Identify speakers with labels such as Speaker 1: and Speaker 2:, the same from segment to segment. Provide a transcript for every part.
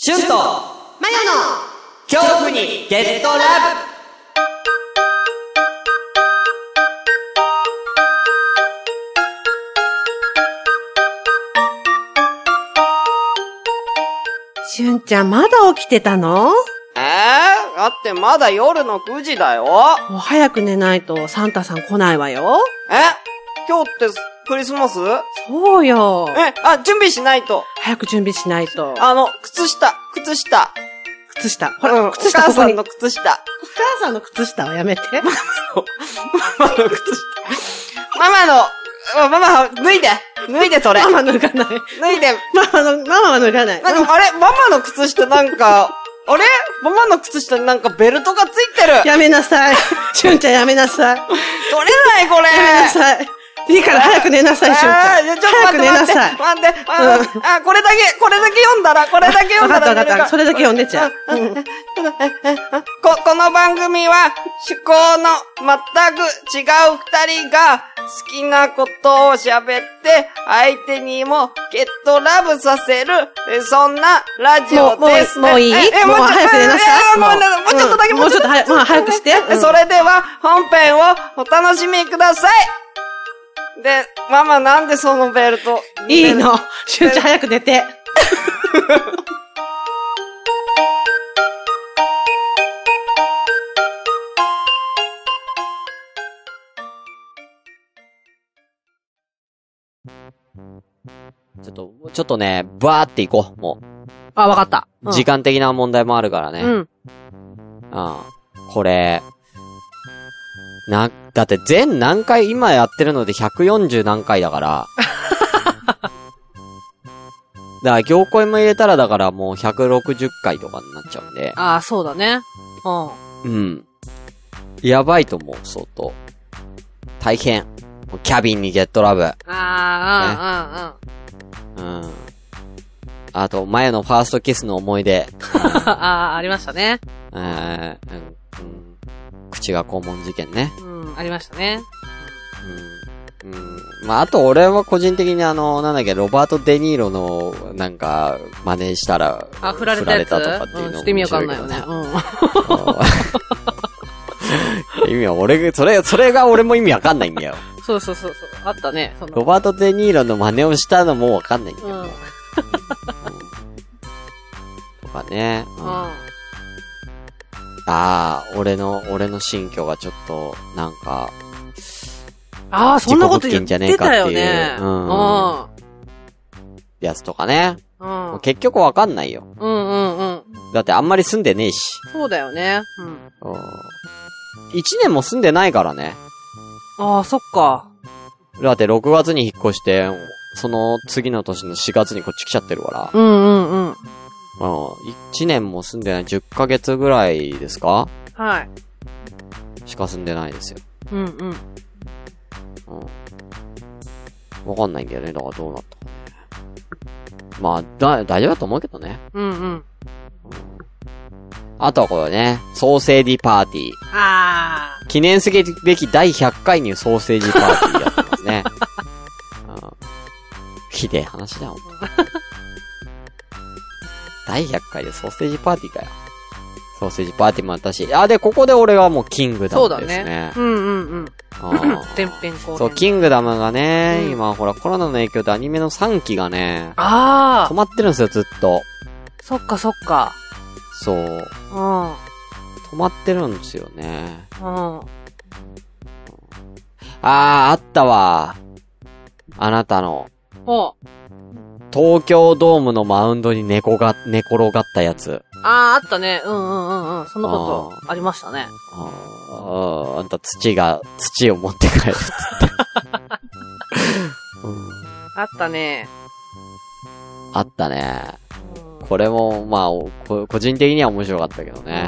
Speaker 1: シュンと
Speaker 2: マヨの
Speaker 1: 恐怖にゲットラブ。
Speaker 2: しゅんちゃんまだ起きてたの？
Speaker 1: だってまだ夜の9時だよ。
Speaker 2: もう早く寝ないとサンタさん来ないわよ。
Speaker 1: 今日ってクリスマス？
Speaker 2: そうよ。
Speaker 1: 準備しないと。
Speaker 2: 早く準備しないと。
Speaker 1: 靴下。
Speaker 2: ほら、靴下
Speaker 1: お母さんの靴下。
Speaker 2: お母さんの靴下はやめて。
Speaker 1: ママの靴下。ママ、脱いでそれ。
Speaker 2: ママ脱がない。
Speaker 1: 脱いで。
Speaker 2: ママは脱がない。
Speaker 1: なんか、ママの靴下なんか、ママの靴下になんかベルトがついてる。
Speaker 2: やめなさい。しゅんちゃんやめなさい。
Speaker 1: 取れないこれ。
Speaker 2: やめなさい。いいから早く寝なさい、しゅんちゃん。早く寝なさい。
Speaker 1: 待って。これだけ読んだら。
Speaker 2: わかった。それだけ読んでちゃう。
Speaker 1: この番組は、趣向の全く違う二人が、好きなことを喋って、相手にもゲットラブさせる、そんなラジオです。
Speaker 2: もういい？もう早く寝なさい。
Speaker 1: もうちょっとだけ、
Speaker 2: もうちょっと早くして。
Speaker 1: それでは、本編をお楽しみください。で、ママなんでそのベルト？
Speaker 2: いいの。しゅんちゃん早く寝て。
Speaker 1: ちょっとね、バーっていこう、もう。
Speaker 2: わかった。
Speaker 1: 時間的な問題もあるからね。これ、だって全何回今やってるので140何回だから。だから行声も入れたらだからもう160回とかになっちゃうんで。
Speaker 2: そうだね。
Speaker 1: やばいと思う、相当。大変。キャビンにゲットラブ。あと、前のファーストキスの思い出。
Speaker 2: ありましたね。
Speaker 1: 口が肛門事件ね。
Speaker 2: ありましたね。
Speaker 1: あと俺は個人的にロバート・デ・ニーロの、なんか、真似したら、
Speaker 2: 振られたと
Speaker 1: かっていうの
Speaker 2: ちょっと意味わかんないよね。
Speaker 1: 意味はそれが俺も意味わかんないんだよ。
Speaker 2: そう。あったね。
Speaker 1: ロバート・デ・ニーロの真似をしたのもわかんないんだよ。とかね。俺の新居がちょっと、なんか、
Speaker 2: そんなこと言ってたよね。
Speaker 1: やつとかね。結局わかんないよ。だってあんまり住んでねえし。
Speaker 2: そうだよね。
Speaker 1: 1年も住んでないからね。
Speaker 2: そっか。
Speaker 1: だって6月に引っ越して、その次の年の4月にこっち来ちゃってるから。1年も住んでない10ヶ月ぐらいですか？
Speaker 2: はい。
Speaker 1: しか住んでないですよ。わかんないんだよね。だからどうなったかね。大丈夫だと思うけどね。あとはこれね、ソーセージパーティー。記念すべき第100回にソーセージパーティーやってますね。ひでえ話だよ。第100回でソーセージパーティーかよ。ソーセージパーティーもあったし。で、ここで俺はもうキングダムですね。
Speaker 2: そうだね。前編後編。
Speaker 1: そう、キングダムがね、今ほらコロナの影響でアニメの3期がね、止まってるんですよ、ずっと。
Speaker 2: そっか。
Speaker 1: そう。止まってるんですよね。あったわ。あなたの。東京ドームのマウンドに寝転がったやつ。
Speaker 2: あったね。そんなことありましたね。
Speaker 1: あんた土を持って帰るっつって。
Speaker 2: あったね。
Speaker 1: あったね。これも、個人的には面白かったけどね。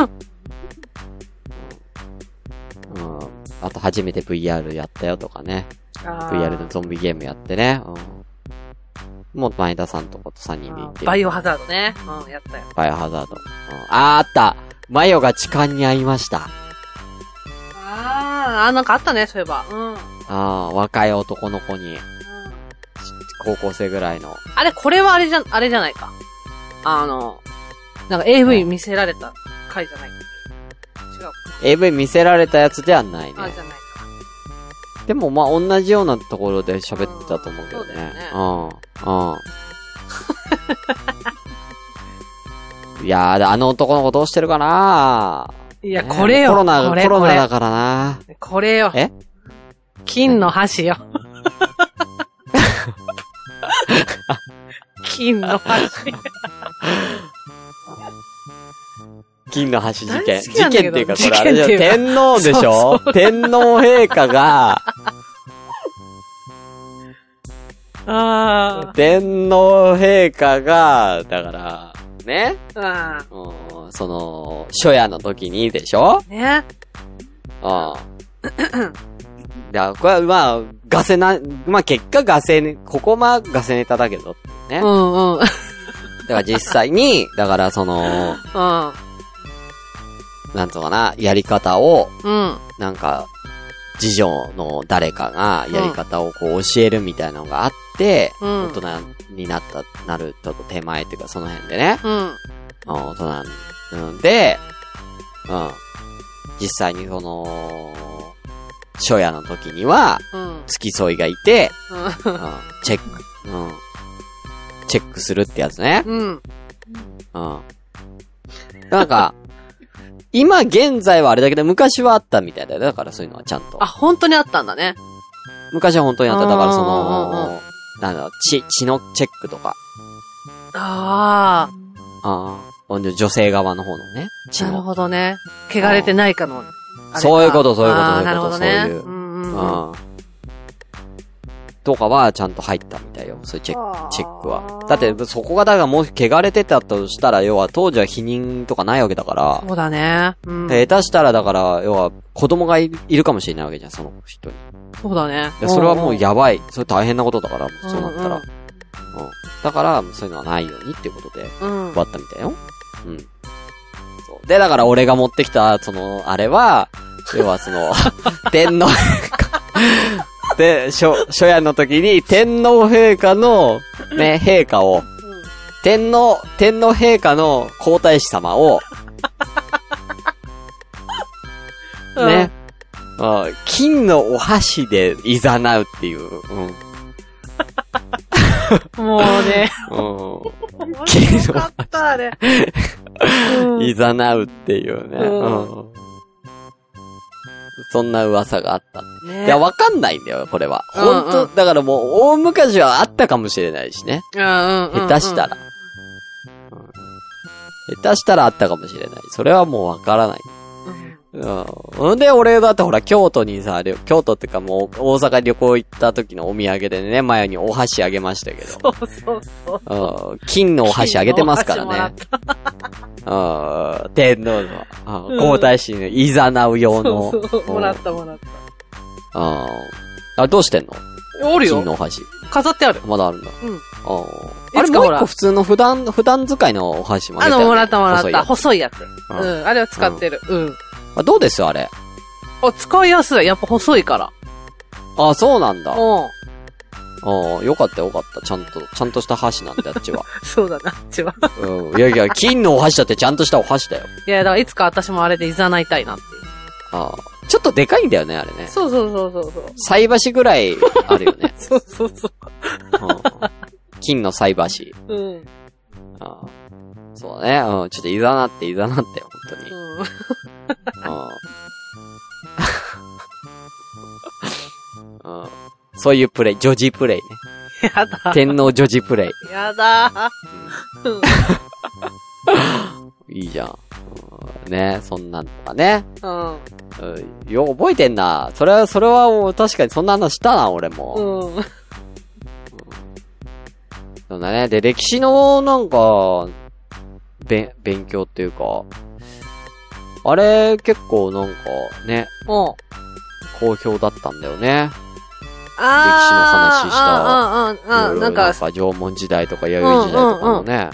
Speaker 1: あと初めて VR やったよとかね。VR のゾンビゲームやってね。もう前田さんとこと3人で行って。
Speaker 2: バイオハザードね。やったよ。
Speaker 1: バイオハザード。あった。マヨが痴漢に遭いました。
Speaker 2: なんかあったね、そういえば。
Speaker 1: 若い男の子に。高校生ぐらいの。
Speaker 2: これはあれじゃないか。 なんか AV 見せられた回じゃない。違う。
Speaker 1: AV 見せられたやつではないね。
Speaker 2: あ、じゃないか。
Speaker 1: でもまあ同じようなところで喋ってたと思うけどね。いやー、あの男の子どうしてるかない
Speaker 2: や、これよ。
Speaker 1: コロナだからな。
Speaker 2: これよ。
Speaker 1: え？
Speaker 2: 金の箸よ。金の箸。
Speaker 1: 金の箸事件。
Speaker 2: 事件って
Speaker 1: いうか、これあれじゃ天皇でしょ？そう天皇陛下が、天皇陛下が、だから、ね。その、初夜の時にでしょ？
Speaker 2: ね。
Speaker 1: いや、これはまあ、結果ガセネタだけど、ね。だから実際に、だからその、なんとかな、やり方を、なんか、次女の誰かがやり方をこう教えるみたいなのがあって、大人になるちょっと手前っていうかその辺でね。大人で、実際にその、初夜の時には、付き添いがいて、チェックするってやつね。なんか、今現在はあれだけど昔はあったみたいだよ。だからそういうのはちゃんと。
Speaker 2: あ、本当にあったんだね。
Speaker 1: 昔は本当にあった。だからその、なんだろう、血のチェックとか。女性側の方のね。
Speaker 2: なるほどね。汚れてないかの。
Speaker 1: そういうこと。
Speaker 2: なるほどね。
Speaker 1: そういう。とかはちゃんと入ったみたいよ。そういうチェックは。だってそこがだからもし汚れてたとしたら、要は当時は避妊とかないわけだから。
Speaker 2: そうだね。
Speaker 1: 下手したらだから、要は子供がいるかもしれないわけじゃん、その人に。
Speaker 2: そうだね。
Speaker 1: それはもうやばい。それ大変なことだから、そうなったら。だから、そういうのはないようにっていうことで、配ったみたいよ。そう。で、だから俺が持ってきた、その、あれは、要はその、天皇で、初夜の時に天皇陛下の、ね、陛下を、天皇陛下の皇太子様を、ね、金のお箸で誘うっていう、
Speaker 2: もうね。
Speaker 1: 金の
Speaker 2: かったあれ。
Speaker 1: 誘うっていうね。そんな噂があったね。いや、わかんないんだよ、これは。本当だからもう、大昔はあったかもしれないしね。下手したら。下手したらあったかもしれない。それはもうわからない。で、俺だってほら、京都にさ、京都ってかもう、大阪旅行行った時のお土産でね、前にお箸あげましたけど。そう。金のお箸あげてますからね。天皇の、皇太子に誘う用の。
Speaker 2: もらった。
Speaker 1: どうしてんの？
Speaker 2: おるよ。
Speaker 1: 金のお箸。
Speaker 2: 飾ってある。
Speaker 1: まだあるんだ。あれもう一個普通の普段使いのお箸もあげたよね。
Speaker 2: もらった。細いやつ。あれは使ってる。
Speaker 1: どうですあれ？
Speaker 2: 使いやすい。やっぱ細いから。
Speaker 1: あ、そうなんだ。よかった。ちゃんとした箸なんで、あっちは。
Speaker 2: そうだな、あっちは。
Speaker 1: いや、金のお箸だってちゃんとしたお箸だよ。
Speaker 2: いや、だからいつか私もあれで誘いたいなっていう。
Speaker 1: ちょっとでかいんだよね、あれね。
Speaker 2: そう。
Speaker 1: 菜箸ぐらいあるよね。
Speaker 2: そう。
Speaker 1: 金の菜箸。そうね。ちょっと誘ってよ、本当に。そういうプレイ、女児プレイね。
Speaker 2: やだ。
Speaker 1: 天皇女児プレイ。
Speaker 2: やだ。
Speaker 1: いいじゃん。ね、そんなんとかね。よ、覚えてんな。それは確かにそんな話したな、俺も。そうだね。で、歴史のなんか、勉強っていうか、あれ結構なんかね、好評だったんだよね。歴史の話した。なんか縄文時代とか弥生時代とかもね。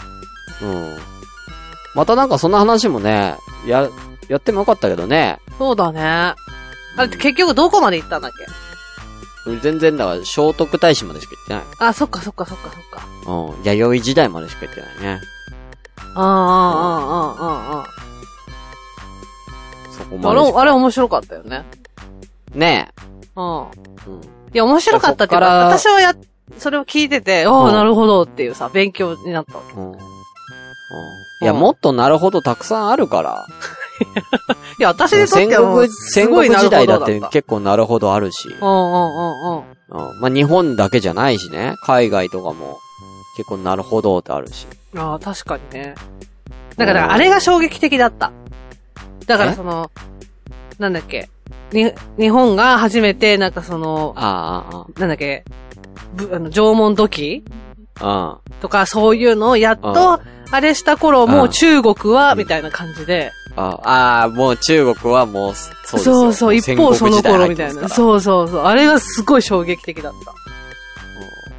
Speaker 1: またなんかそんな話もね、やってもよかったけどね。
Speaker 2: そうだね。あれって結局どこまで行ったんだっけ？
Speaker 1: 全然だから、聖徳太子までしか行ってない。
Speaker 2: あ、そっか。
Speaker 1: 弥生時代までしか行ってないね。
Speaker 3: そこまで。
Speaker 2: あれ面白かったよね。
Speaker 3: ねえ。
Speaker 2: いや、面白かったっていうか、私はそれを聞いてて、なるほどっていうさ、勉強になったわけ。
Speaker 3: いや、もっとなるほどたくさんあるから。
Speaker 2: いや、私にとっては
Speaker 3: 戦国時代だって結構なるほどあるし。まあ、日本だけじゃないしね。海外とかも結構なるほどってあるし。
Speaker 2: ああ、確かにね。だからあれが衝撃的だった。だからなんだっけ。日本が初めて、なんかなんだっけ、縄文土器とかそういうのをやっと、あれした頃もう中国は、みたいな感じで。
Speaker 3: もう中国はもう、そうですよ。
Speaker 2: そうそう、一方その頃みたいな。そうそうそう。あれがすごい衝撃的だった。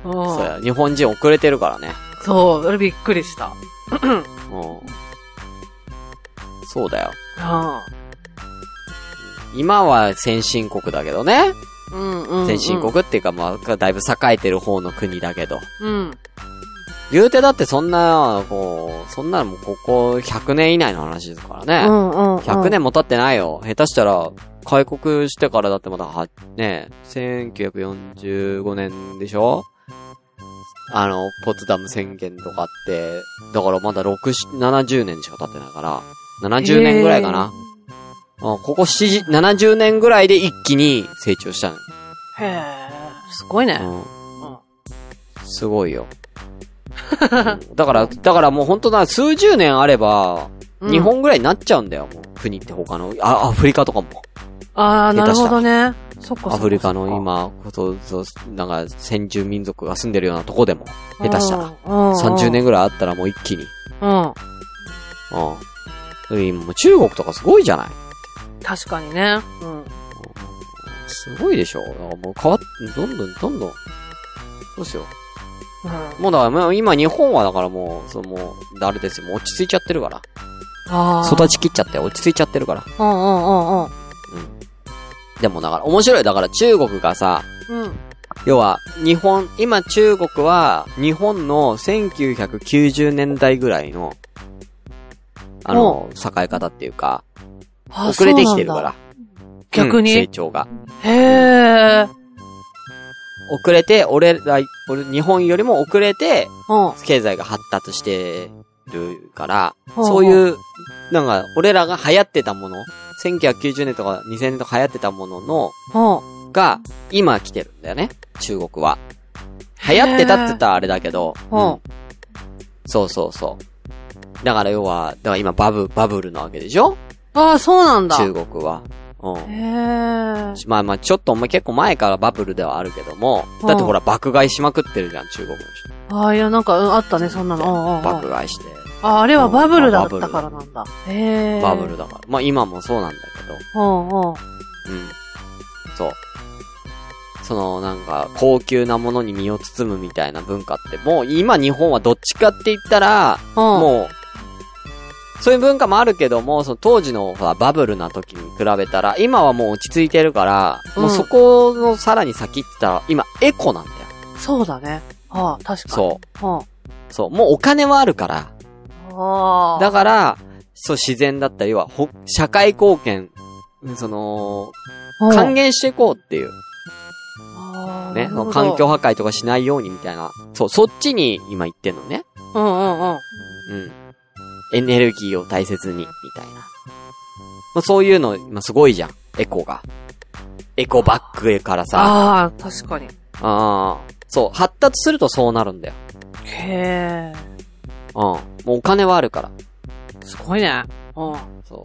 Speaker 3: そうや、日本人遅れてるからね。
Speaker 2: そう、あれびっくりした。
Speaker 3: そうだよ。今は先進国だけどね。先進国っていうかまあ、だいぶ栄えてる方の国だけど。言うてだってそんなのもうここ100年以内の話ですからね。100年も経ってないよ。下手したら、開国してからだってまだ1945年でしょ？ポツダム宣言とかあって、だからまだ70年しか経ってないから、70年ぐらいかな。ここ70年ぐらいで一気に成長したの。
Speaker 2: へー、すごいね。
Speaker 3: すごいよ。だからもう本当だ、数十年あれば、日本ぐらいになっちゃうんだよ、もう。国って他の、アフリカとかも。
Speaker 2: なるほどね。そっか。
Speaker 3: アフリカの今、なんか先住民族が住んでるようなとこでも、下手したら。30年ぐらいあったらもう一気に。今もう中国とかすごいじゃない？
Speaker 2: 確かにね。
Speaker 3: すごいでしょ？だからもうどんどん。そうですよ。もうだから今日本はだからもう、あれですよ、もう落ち着いちゃってるから。育ちきっちゃって落ち着いちゃってるから。でもだから面白い。だから中国がさ、要は今中国は日本の1990年代ぐらいの、栄え方っていうか、遅れてきてるから。
Speaker 2: 逆に、
Speaker 3: 成長が。
Speaker 2: へー。
Speaker 3: 遅れて、日本よりも遅れて、経済が発達してるから、そういう、なんか、俺らが流行ってたもの、1990年とか2000年とか流行ってたものが、今来てるんだよね、中国は。流行ってたって言ったらあれだけど、そうそうそう。だから今バブルなわけでしょ？
Speaker 2: そうなんだ。
Speaker 3: 中国は。まあちょっと結構前からバブルではあるけども、だってほら爆買いしまくってるじゃん、中国の
Speaker 2: 人。いやなんかあったね、そんなの。
Speaker 3: 爆買いして。
Speaker 2: あれはバブルだったからなんだ。
Speaker 3: バブルだから。まあ今もそうなんだけど。そう。なんか、高級なものに身を包むみたいな文化って、もう今日本はどっちかって言ったら、もう、そういう文化もあるけども、当時のバブルな時に比べたら、今はもう落ち着いてるから、もうそこのさらに先って言ったら、今エコなんだよ。
Speaker 2: そうだね。確かに。
Speaker 3: そう。もうお金はあるから。だから、自然だったりは、社会貢献、還元していこうっていう。ね。環境破壊とかしないようにみたいな。そっちに今言ってんのね。エネルギーを大切に、みたいな。まあ、そういうの、今すごいじゃん。エコが。エコバッグからさ。
Speaker 2: 確かに。
Speaker 3: そう。発達するとそうなるんだよ。
Speaker 2: へー。
Speaker 3: もうお金はあるから。
Speaker 2: すごいね。
Speaker 3: そう。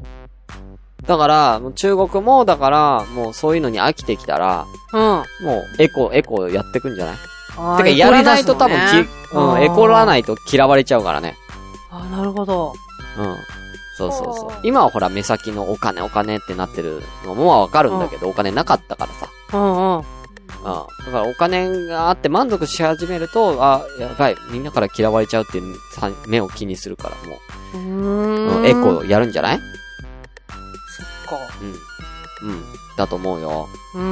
Speaker 3: だから、中国も、もうそういうのに飽きてきたら、もうエコやってくんじゃない？てか、やらないと多分エコらないと嫌われちゃうからね。
Speaker 2: なるほど。
Speaker 3: そう。今はほら目先のお金ってなってるのもわかるんだけど、お金なかったからさ。だからお金があって満足し始めると、やばい、みんなから嫌われちゃうっていう目を気にするからもう。エコやるんじゃない？
Speaker 2: そっか。
Speaker 3: だと思うよ。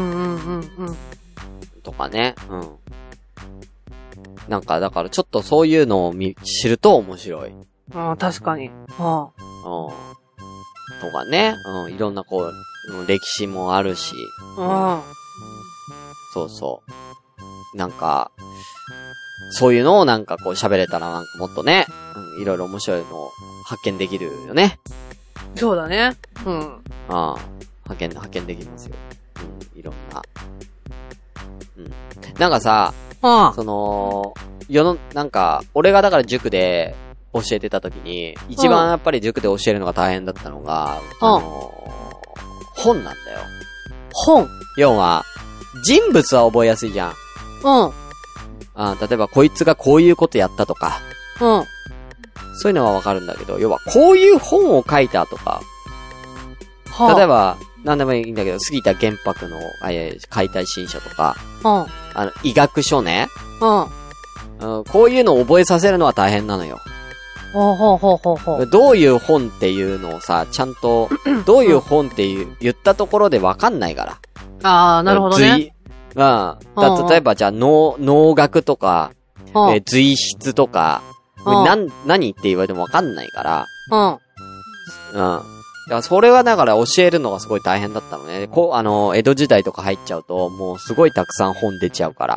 Speaker 3: とかね。なんかだからちょっとそういうのを知ると面白い。
Speaker 2: ああ、確かに。ああ。
Speaker 3: とかね。いろんなこう、歴史もあるし。そうそう。なんか、そういうのをなんかこう喋れたらなんかもっとね、いろいろ面白いのを発見できるよね。
Speaker 2: そうだね。
Speaker 3: 発見できますよ。いろんな。なんかさ、なんか、俺がだから塾で教えてた時に、一番やっぱり塾で教えるのが大変だったのが、本なんだよ。
Speaker 2: 本？
Speaker 3: 要は、人物は覚えやすいじゃん。例えば、こいつがこういうことやったとか。そういうのはわかるんだけど、要は、こういう本を書いたとか。例えば、なんでもいいんだけど、杉田玄白の、解体新書とか。医学書ね。こういうのを覚えさせるのは大変なのよ。どういう本っていうのをさ、ちゃんと、どういう本って言ったところでわかんないから。
Speaker 2: ああ、なるほどね。
Speaker 3: 例えばじゃあ脳学とか、随筆とか、何って言われてもわかんないから。だからそれはだから教えるのがすごい大変だったのね。江戸時代とか入っちゃうと、もうすごいたくさん本出ちゃうから。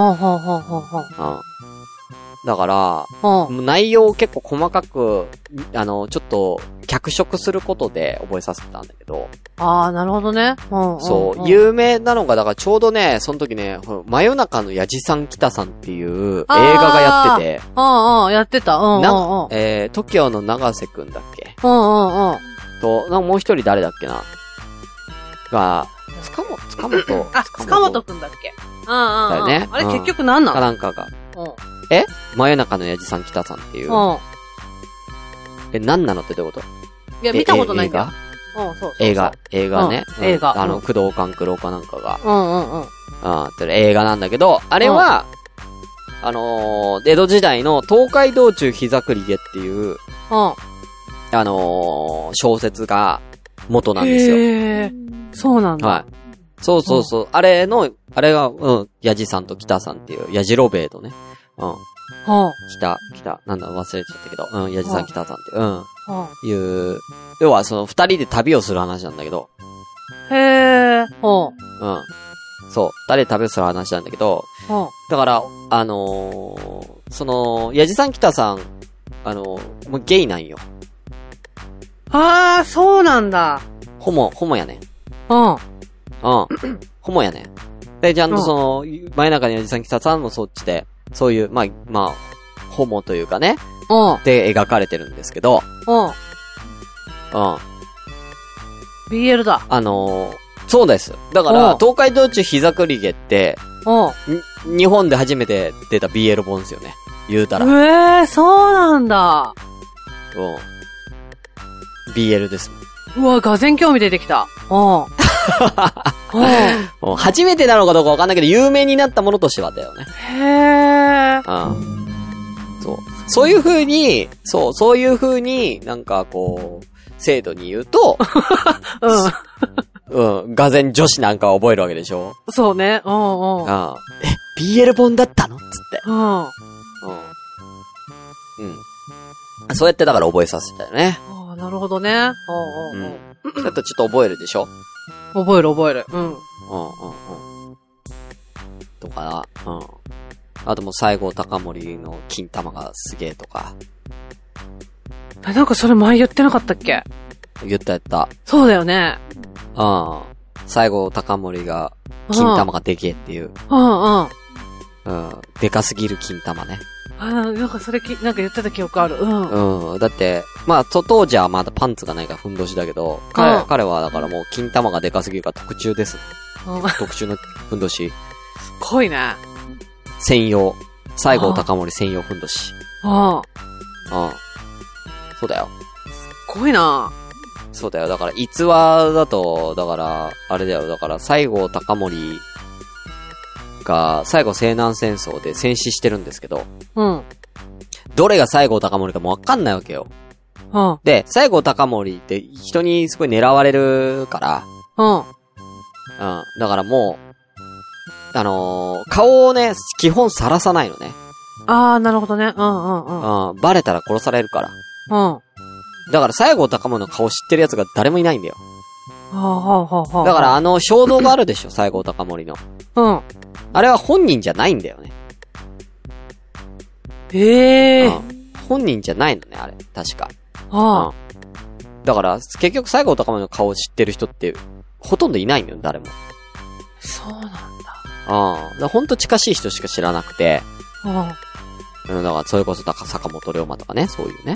Speaker 3: だから、内容を結構細かく、ちょっと、脚色することで覚えさせたんだけど。
Speaker 2: ああ、なるほどね。
Speaker 3: そう、有名なのが、だからちょうどね、その時ね、真夜中のやじさん北さんっていう映画がやってて。
Speaker 2: やってた。
Speaker 3: TOKIO の永瀬くんだっけと、もう一人誰だっけなが、塚本
Speaker 2: くんだっけ
Speaker 3: だよね。
Speaker 2: あれ結局何なの
Speaker 3: なんかが。真夜中のやじさん北さんっていう。何なのってどういうこと？
Speaker 2: いや、見たことないんだよ。
Speaker 3: 映画ね。
Speaker 2: 映画。
Speaker 3: 工藤官九郎かなんかが。映画なんだけど、あれは、江戸時代の東海道中膝栗毛っていう、小説が元なんですよ。
Speaker 2: そうなんだ。
Speaker 3: はい。そう。あれが、やじさんと北さんっていう、やじろべえとね。北、なんだ、忘れちゃったけど、やじさん北さんっていう、要はその二人で旅をする話なんだけど。そう、二人で旅をする話なんだけど、だから、その、やじさん北さん、もうゲイなんよ。
Speaker 2: そうなんだ。
Speaker 3: ホモやね。ホモやね。で、ちゃんとその、真夜中にやじさん北さんもそっちで、そういう、まあ、ホモというかね。で描かれてるんですけど。
Speaker 2: BL だ。
Speaker 3: そうです。だから、東海道中膝栗毛って、日本で初めて出た BL 本ですよね。言うたら。
Speaker 2: そうなんだ。
Speaker 3: BL です。
Speaker 2: うわ、がぜん興味出てきた。
Speaker 3: 初めてなのかどうかわかんないけど、有名になったものとしてはだよね。そういう風に、なんかこう、制度に言うと、がぜん女子なんかは覚えるわけでしょ？
Speaker 2: そうね。
Speaker 3: BL 本だったの？つって。そうやってだから覚えさせたよね。
Speaker 2: なるほどね。
Speaker 3: だとちょっと覚えるでしょ？
Speaker 2: 覚える。
Speaker 3: とか、あともう西郷隆盛の金玉がすげえとか。
Speaker 2: なんかそれ前言ってなかったっけ？
Speaker 3: 言った。
Speaker 2: そうだよね。
Speaker 3: 西郷隆盛が金玉がでけえっていう。でかすぎる金玉ね。
Speaker 2: なんかそれなんか言ってた記憶ある。
Speaker 3: だって、当時はまだパンツがないからふんどしだけど、彼はだからもう金玉がでかすぎるから特注です。特注のふんどし。
Speaker 2: すごいね。
Speaker 3: 専用。西郷隆盛専用ふんどし。そうだよ。
Speaker 2: すごいな。
Speaker 3: そうだよ。だから、逸話だと、だから、あれだよ。だから、西郷隆盛が、最後西南戦争で戦死してるんですけど、どれが西郷隆盛かもわかんないわけよ。で、西郷隆盛って人にすごい狙われるから、だからもう、顔をね、基本晒さないのね。
Speaker 2: なるほどね。
Speaker 3: バレたら殺されるから。
Speaker 2: うん。
Speaker 3: だから西郷隆盛の顔知ってる奴が誰もいないんだよ。
Speaker 2: はあ。
Speaker 3: だから衝動があるでしょ、西郷隆盛の。
Speaker 2: うん。
Speaker 3: あれは本人じゃないんだよね。
Speaker 2: へえ。
Speaker 3: 本人じゃないのね、あれ。確か。
Speaker 2: ああ。
Speaker 3: だから、結局西郷隆盛の顔を知ってる人って、ほとんどいないのよ、誰も。
Speaker 2: そうなんだ。
Speaker 3: ほんと近しい人しか知らなくて。
Speaker 2: ああ。
Speaker 3: だから、それこそ、坂本龍馬とかね、そういうね。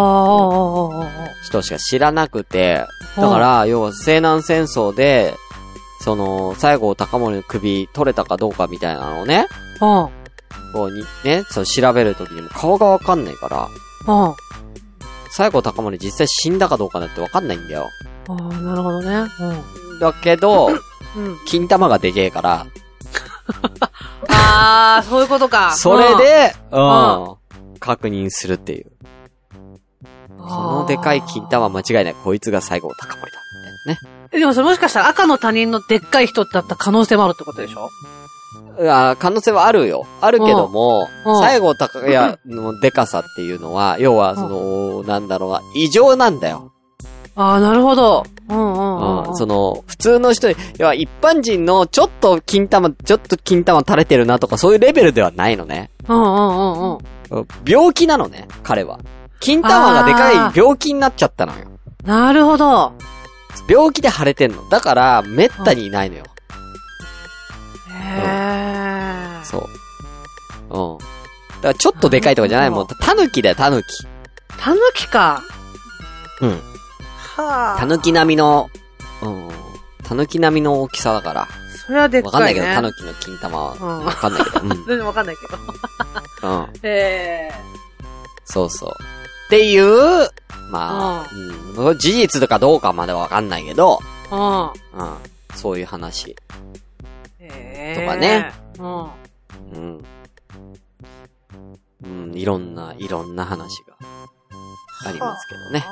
Speaker 3: 人しか知らなくて、だから、要は西南戦争で、西郷隆盛の首取れたかどうかみたいなのをね、こうに、ね、調べるときにも顔がわかんないから、西郷隆盛実際死んだかどうかなんてわかんないんだよ。
Speaker 2: なるほどね。
Speaker 3: だけど、金玉がでけえから、
Speaker 2: そういうことか。
Speaker 3: それで、確認するっていう。このでかい金玉間違いない。こいつが西郷隆盛だ。みたいなね。
Speaker 2: でもそれもしかしたら赤の他人のでっかい人だった可能性もあるってことでしょ？
Speaker 3: 可能性はあるよ。あるけども、西郷隆盛のでかさっていうのは、要は、なんだろうな、異常なんだよ。
Speaker 2: なるほど。
Speaker 3: 普通の人、要は一般人のちょっと金玉垂れてるなとかそういうレベルではないのね。病気なのね、彼は。金玉がでかい病気になっちゃったのよ。
Speaker 2: なるほど。
Speaker 3: 病気で腫れてんの。だから、めったにいないのよ。そう。だからちょっとでかいとかじゃない、もう、タヌキだよ、タヌキ。
Speaker 2: タヌキか。
Speaker 3: タヌキ並みの、タヌキ並みの大きさだから。
Speaker 2: それはでっかいね。
Speaker 3: わかんないけど、タヌキの金玉は。わかんないけど。
Speaker 2: 全然わかんないけど。
Speaker 3: そうそう。っていう、まあ、事実とかどうかまではわかんないけど、そういう話。とかね。いろんな話がありますけどね。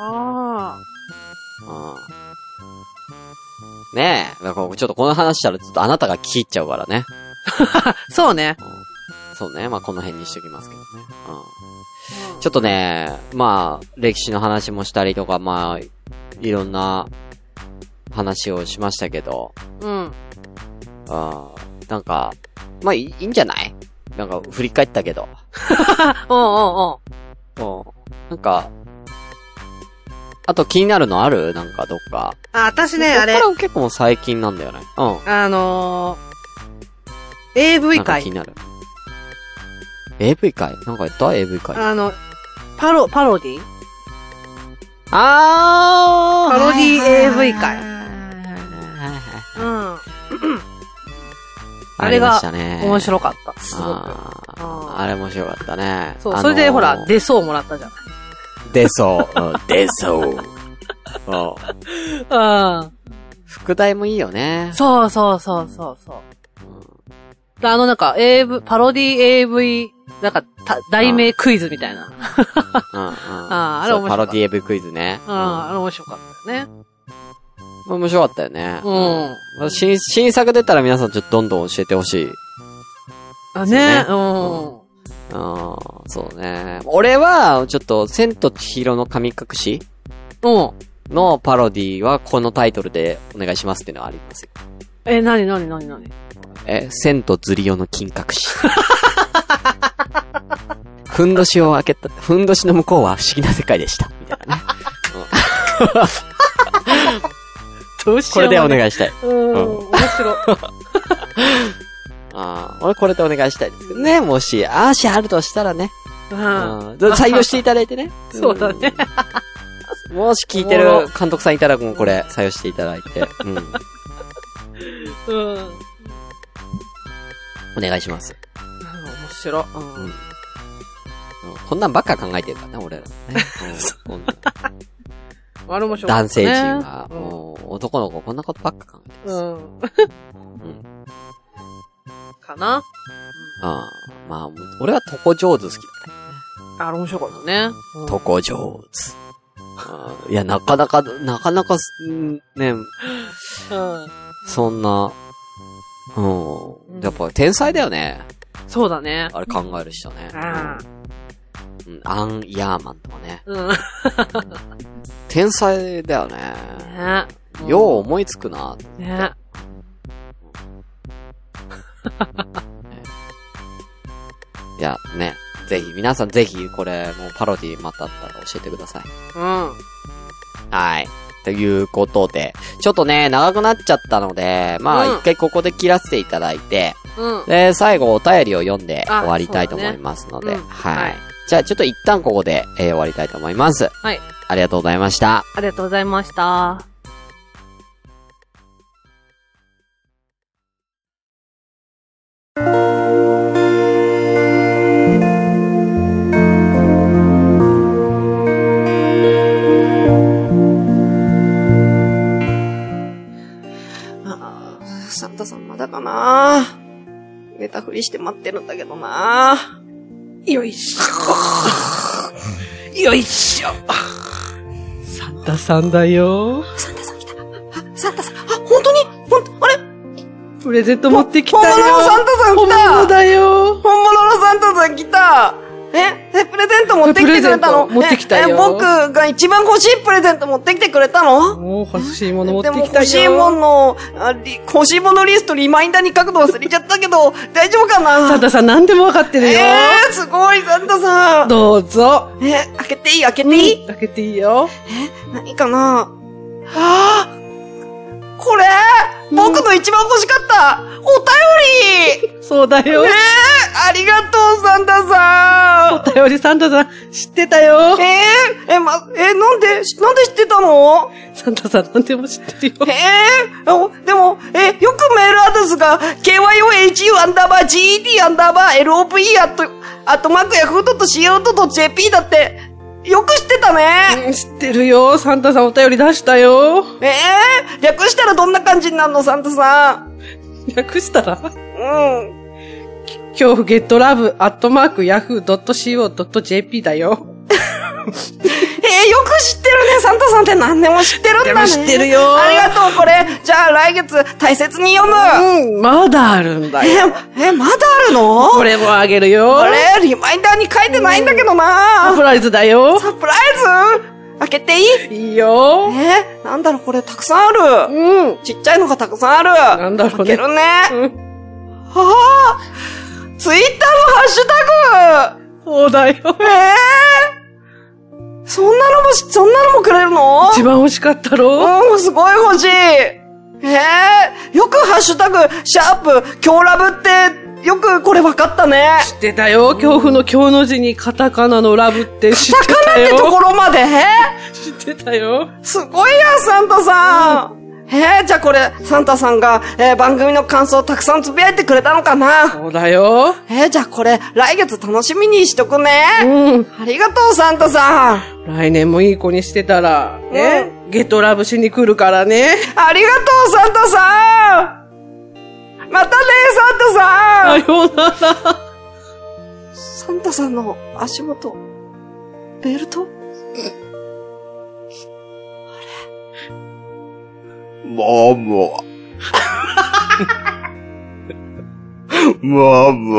Speaker 3: ねえ。だからちょっとこの話したらずっとあなたが聞き入っちゃうからね。
Speaker 2: そうね。
Speaker 3: そうね。まあこの辺にしときますけどね。ちょっとね、まあ、歴史の話もしたりとか、まあ、いろんな話をしましたけど。なんか、まあいいんじゃない？なんか振り返ったけど。なんか、あと気になるのある？なんかどっか。
Speaker 2: 私ね、あれ。
Speaker 3: これ結構最近なんだよね。
Speaker 2: AV 会。
Speaker 3: 気になる。AV 会？なんかやった？ AV 会。
Speaker 2: パロディ？
Speaker 3: パ
Speaker 2: ロディ AV 会。あれが面白かった。すごく。
Speaker 3: あれ面白かったね。
Speaker 2: そう、それでほら、出そうもらったじゃない。
Speaker 3: 出そう。出そう。副題もいいよね。
Speaker 2: そう。なんか、パロディ AV、なんか、題名クイズみたいな。あれ面白かった。
Speaker 3: パロディ AV クイズね。
Speaker 2: あれ面白かったよね。
Speaker 3: 面白かったよね。新作出たら皆さんちょっとどんどん教えてほしい。そうね。俺は、ちょっと、千と千尋の神隠しのパロディはこのタイトルでお願いしますっていうのはありますよ。
Speaker 2: なに
Speaker 3: 千とズリオの金隠し。ふんどしを開けた、ふんどしの向こうは不思議な世界でした。みたいなね。
Speaker 2: どうしよう。
Speaker 3: これでお願いしたい。
Speaker 2: 面白い。
Speaker 3: 俺これでお願いしたいですけどね。もしあるとしたらね。採用していただいてね。
Speaker 2: そうだね。
Speaker 3: もし聞いてる監督さんいたらもうこれ採用していただいて。お願いします。
Speaker 2: 面白い。
Speaker 3: こんなんばっか考えてるからね、俺らね。
Speaker 2: あれ面白い。
Speaker 3: 男性陣が、男の子こんなことばっか考えてます。
Speaker 2: かな？
Speaker 3: まあ、俺はトコ上手好きだね。
Speaker 2: 面白かったね。
Speaker 3: トコ上手。いや、なかなか、ね、そんな、やっぱ天才だよね。
Speaker 2: そうだね。
Speaker 3: あれ考える人ね。 アン・ヤーマンとかね。
Speaker 2: うん。
Speaker 3: 天才だよね。
Speaker 2: ね。
Speaker 3: よう思いつくな。
Speaker 2: ね。
Speaker 3: いや、ね。ぜひ、皆さんぜひ、これ、もうパロディまたあったら教えてください。
Speaker 2: うん。
Speaker 3: はい。ということで、ちょっとね、長くなっちゃったので、まあ、一回ここで切らせていただいて、
Speaker 2: うん。
Speaker 3: で、最後お便りを読んで終わりたいと思いますので、はい。はい。じゃあ、ちょっと一旦ここで、終わりたいと思います。
Speaker 2: はい。
Speaker 3: ありがとうございました。
Speaker 2: ありがとうございました。
Speaker 1: サンタさんまだかな。寝たふりして待ってるんだけどな。
Speaker 2: よいしょ。よいしょ。サンタさんだよ。
Speaker 1: サンタさん来た。サンタさん。本当にあれ
Speaker 2: プレゼント持ってきたよ。
Speaker 1: 本物のサンタさん来た。
Speaker 2: 本物だよ。
Speaker 1: 本物のサンタさん来た。プレゼント持ってきてくれたの？
Speaker 2: 持ってきたよ。
Speaker 1: 僕が一番欲しいプレゼント持ってきてくれたの？
Speaker 2: もう欲しいもの持ってきたよ。
Speaker 1: でも欲しいもの、欲しいものリストリマインダーに書くの忘れちゃったけど、大丈夫かな？
Speaker 2: サンタさん何でも分かってるよ。
Speaker 1: すごい、サンタさん。
Speaker 2: どうぞ。
Speaker 1: 開けていい？開けていい？
Speaker 2: 開けていいよ。
Speaker 1: 何かな？これ僕の一番欲しかったお便り。
Speaker 2: そうだよ。
Speaker 1: ありがとう、サンタさ
Speaker 2: ん。お便りサンタさん、知ってたよ。
Speaker 1: なんで知ってたの？
Speaker 2: サンタさん何でも知ってるよ。
Speaker 1: でも、よくメールアドレスが、kyohu_ged_yahoo.co.jp だって、よく知ってたね。
Speaker 2: 知ってるよ。サンタさんお便り出したよ。
Speaker 1: 略したらどんな感じになるの、サンタさん。
Speaker 2: 略したら？恐怖ゲットラブ@yahoo.co.jp だよ。
Speaker 1: よく知ってるね。サンタさんって何でも知ってるんだね。
Speaker 2: でも知ってるよ。
Speaker 1: ありがとう、これ。じゃあ来月大切に読む。
Speaker 2: まだあるんだよ。
Speaker 1: まだあるの？
Speaker 2: これもあげるよ。
Speaker 1: リマインダーに書いてないんだけどな。
Speaker 2: サプライズだよ。
Speaker 1: サプライズ？開けていい？
Speaker 2: いいよ。
Speaker 1: なんだろう、これたくさんある。ちっちゃいのがたくさんある。
Speaker 2: なんだろうね。
Speaker 1: 開けるね。ツイッターのハッシュタグ。
Speaker 2: そうだよ。
Speaker 1: そんなのもくれるの？
Speaker 2: 一番欲しかったろ？
Speaker 1: すごい欲しい。よくハッシュタグ、今日ラブって、よくこれ分かったね。
Speaker 2: 知ってたよ。恐怖の今日の字にカタカナのラブって知ってたよ。
Speaker 1: カタカナってところまで
Speaker 2: 知ってたよ。
Speaker 1: すごいや、サンタさん。じゃあこれ、サンタさんが、番組の感想をたくさんつぶやいてくれたのかな？
Speaker 2: そうだよ。
Speaker 1: じゃあこれ、来月楽しみにしとくね。ありがとう、サンタさん。
Speaker 2: 来年もいい子にしてたら、ゲットラブしに来るからね。
Speaker 1: ありがとう、サンタさん。またね、サンタさん。
Speaker 2: さようなら。
Speaker 1: サンタさんの足元、ベルト？
Speaker 3: もう。もう。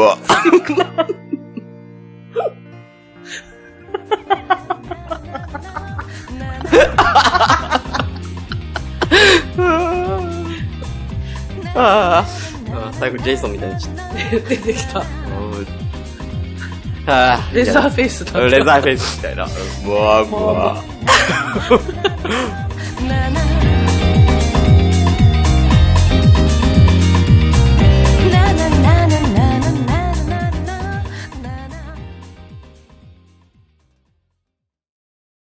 Speaker 3: 最後ジェイソンみたいに
Speaker 2: 出てきた。
Speaker 3: レ
Speaker 2: ザーフェイスだった。
Speaker 3: レザーフェイスみたいな。もう。